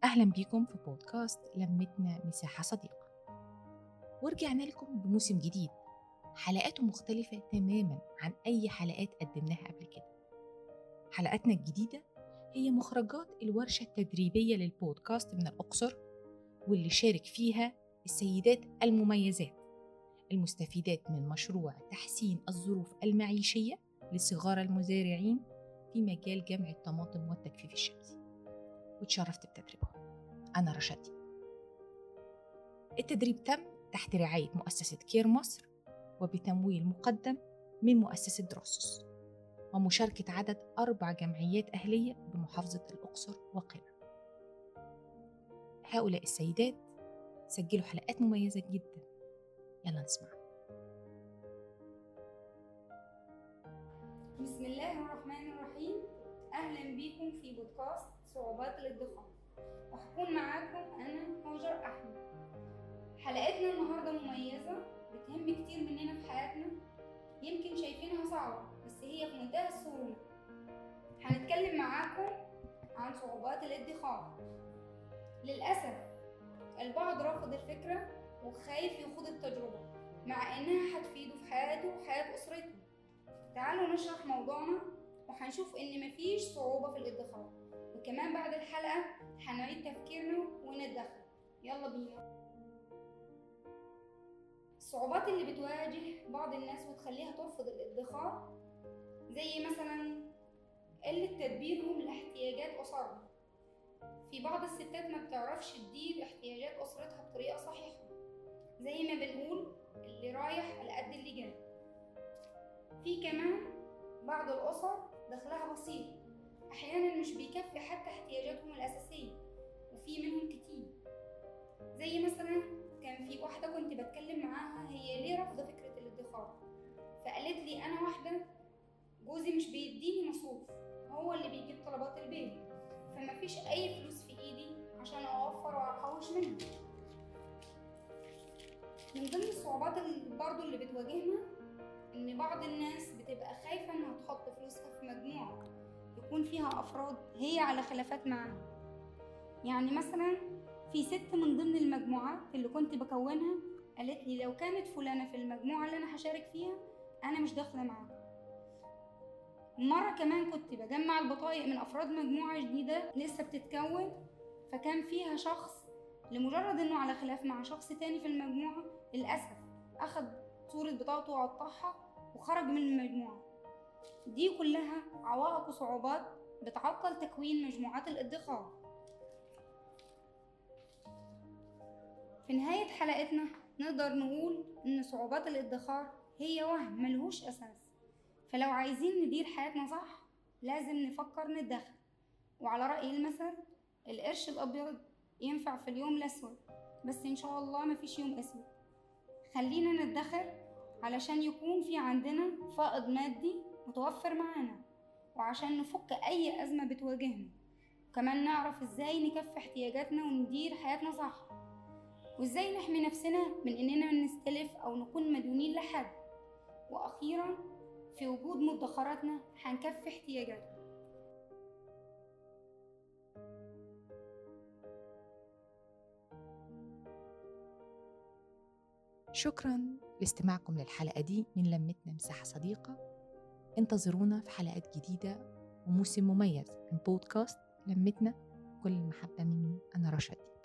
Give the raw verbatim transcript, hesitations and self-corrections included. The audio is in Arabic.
أهلا بيكم في بودكاست لمتنا مساحة صديقة. ورجعنا لكم بموسم جديد، حلقاته مختلفة تماما عن أي حلقات قدمناها قبل كده. حلقاتنا الجديدة هي مخرجات الورشة التدريبية للبودكاست من الأقصر، واللي شارك فيها السيدات المميزات المستفيدات من مشروع تحسين الظروف المعيشية لصغار المزارعين في مجال جمع الطماطم والتجفيف الشمسي، وتشرفت بتدريبهم. أنا رشدي. التدريب تم تحت رعاية مؤسسة كير مصر وبتمويل مقدم من مؤسسة دروسوس، ومشاركة عدد أربع جمعيات أهلية بمحافظة الأقصر وقنا. هؤلاء السيدات سجلوا حلقات مميزة جدا، يلا نسمع. بسم الله الرحمن الرحيم. أهلا بكم في بودكاست صعوبات الادخار، وهكون معاكم أنا هاجر أحمد. حلقتنا النهاردة مميزة بتهم كتير مننا في حياتنا، يمكن شايفينها صعبة بس هي في منتهى السهولة. هنتكلم معاكم عن صعوبات الادخار. للأسف البعض رافض الفكرة وخايف يخوض التجربة مع إنها هتفيده في حياته وحياة أسرته. تعالوا نشرح موضوعنا وهنشوف إن مفيش صعوبة في الادخار، وكمان بعد الحلقة هنعيد تفكيرنا ونتدخل. يلا بينا. الصعوبات اللي بتواجه بعض الناس وتخليها ترفض الادخار زي مثلا قلة تدبيرهم لاحتياجات أسرهم. في بعض الستات ما بتعرفش تدير احتياجات أسرتها بطريقة صحيحة، زي ما بنقول اللي رايح على قد اللي جاي. في كمان بعض الأسر دخلها بسيط، أحيانا مش بيكفي حتى احتياجاتهم الأساسية، وفي منهم كتير. زي مثلا كان في واحدة كنت بتكلم معاها هي ليه رافضة فكرة الادخار، فقالت لي أنا واحدة جوزي مش بيديني مصروف، هو اللي بيجيب طلبات البيت، فما فيش أي فلوس في إيدي عشان أوفر وأحوش منها. من ضمن الصعوبات اللي برضو اللي بتواجهنا إن بعض الناس بتبقى خايفة إنها تحط فلوسها في مجموعة يكون فيها أفراد هي على خلافات معاها. يعني مثلا في ست من ضمن المجموعات اللي كنت بكونها قالت لي لو كانت فلانة في المجموعة اللي أنا هشارك فيها أنا مش داخلة معاها. مرة كمان كنت بجمع البطايق من أفراد مجموعة جديدة لسه بتتكون، فكان فيها شخص لمجرد إنه على خلاف مع شخص تاني في المجموعة للأسف أخذ صورة بطاقته وقطعها وخرج من المجموعة. دي كلها عوائق وصعوبات بتعطل تكوين مجموعات الادخار. في نهاية حلقتنا نقدر نقول إن صعوبات الادخار هي وهم ملهوش أساس، فلو عايزين ندير حياتنا صح لازم نفكر نتدخل. وعلى رأي المثل القرش الأبيض ينفع في اليوم الأسود، بس إن شاء الله مفيش يوم أسود. خلينا نتدخل علشان يكون في عندنا فائض مادي متوفر معانا، وعشان نفك أي أزمة بتواجهنا، وكمان نعرف إزاي نكفي احتياجاتنا وندير حياتنا صح، وإزاي نحمي نفسنا من إننا نستلف أو نكون مديونين لحد. وأخيرا في وجود مدخراتنا هنكفي احتياجاتنا. شكرا لاستماعكم للحلقة دي من لمتنا مساحة صديقة. انتظرونا في حلقات جديدة وموسم مميز من بودكاست لمتنا. كل المحبة مني، أنا رشدي.